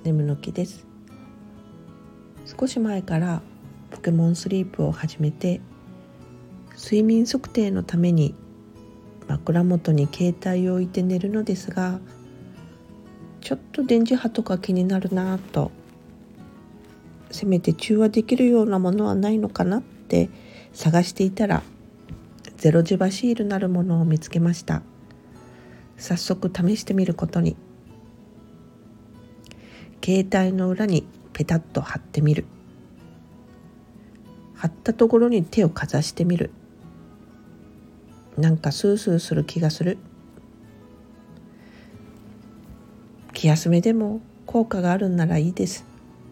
眠の木です。少し前からポケモンスリープを始めて、睡眠測定のために枕元に携帯を置いて寝るのですが、ちょっと電磁波とか気になるなぁと、せめて中和できるようなものはないのかなって探していたら、ゼロ磁場シールなるものを見つけました。早速試してみることに。携帯の裏にペタッと貼ってみる。貼ったところに手をかざしてみる。なんかスースーする気がする。気休めでも効果があるんならいいです。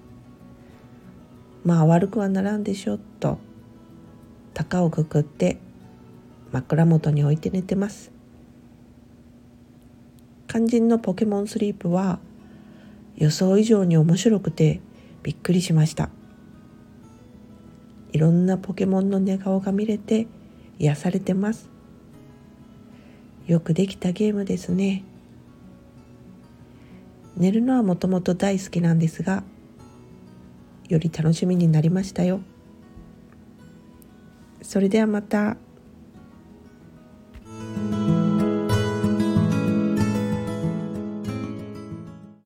まあ悪くはならんでしょと、高をくくって枕元に置いて寝てます。肝心のポケモンスリープは予想以上に面白くてびっくりしました。いろんなポケモンの寝顔が見れて癒されてます。よくできたゲームですね。寝るのはもともと大好きなんですが、より楽しみになりましたよ。それではまた。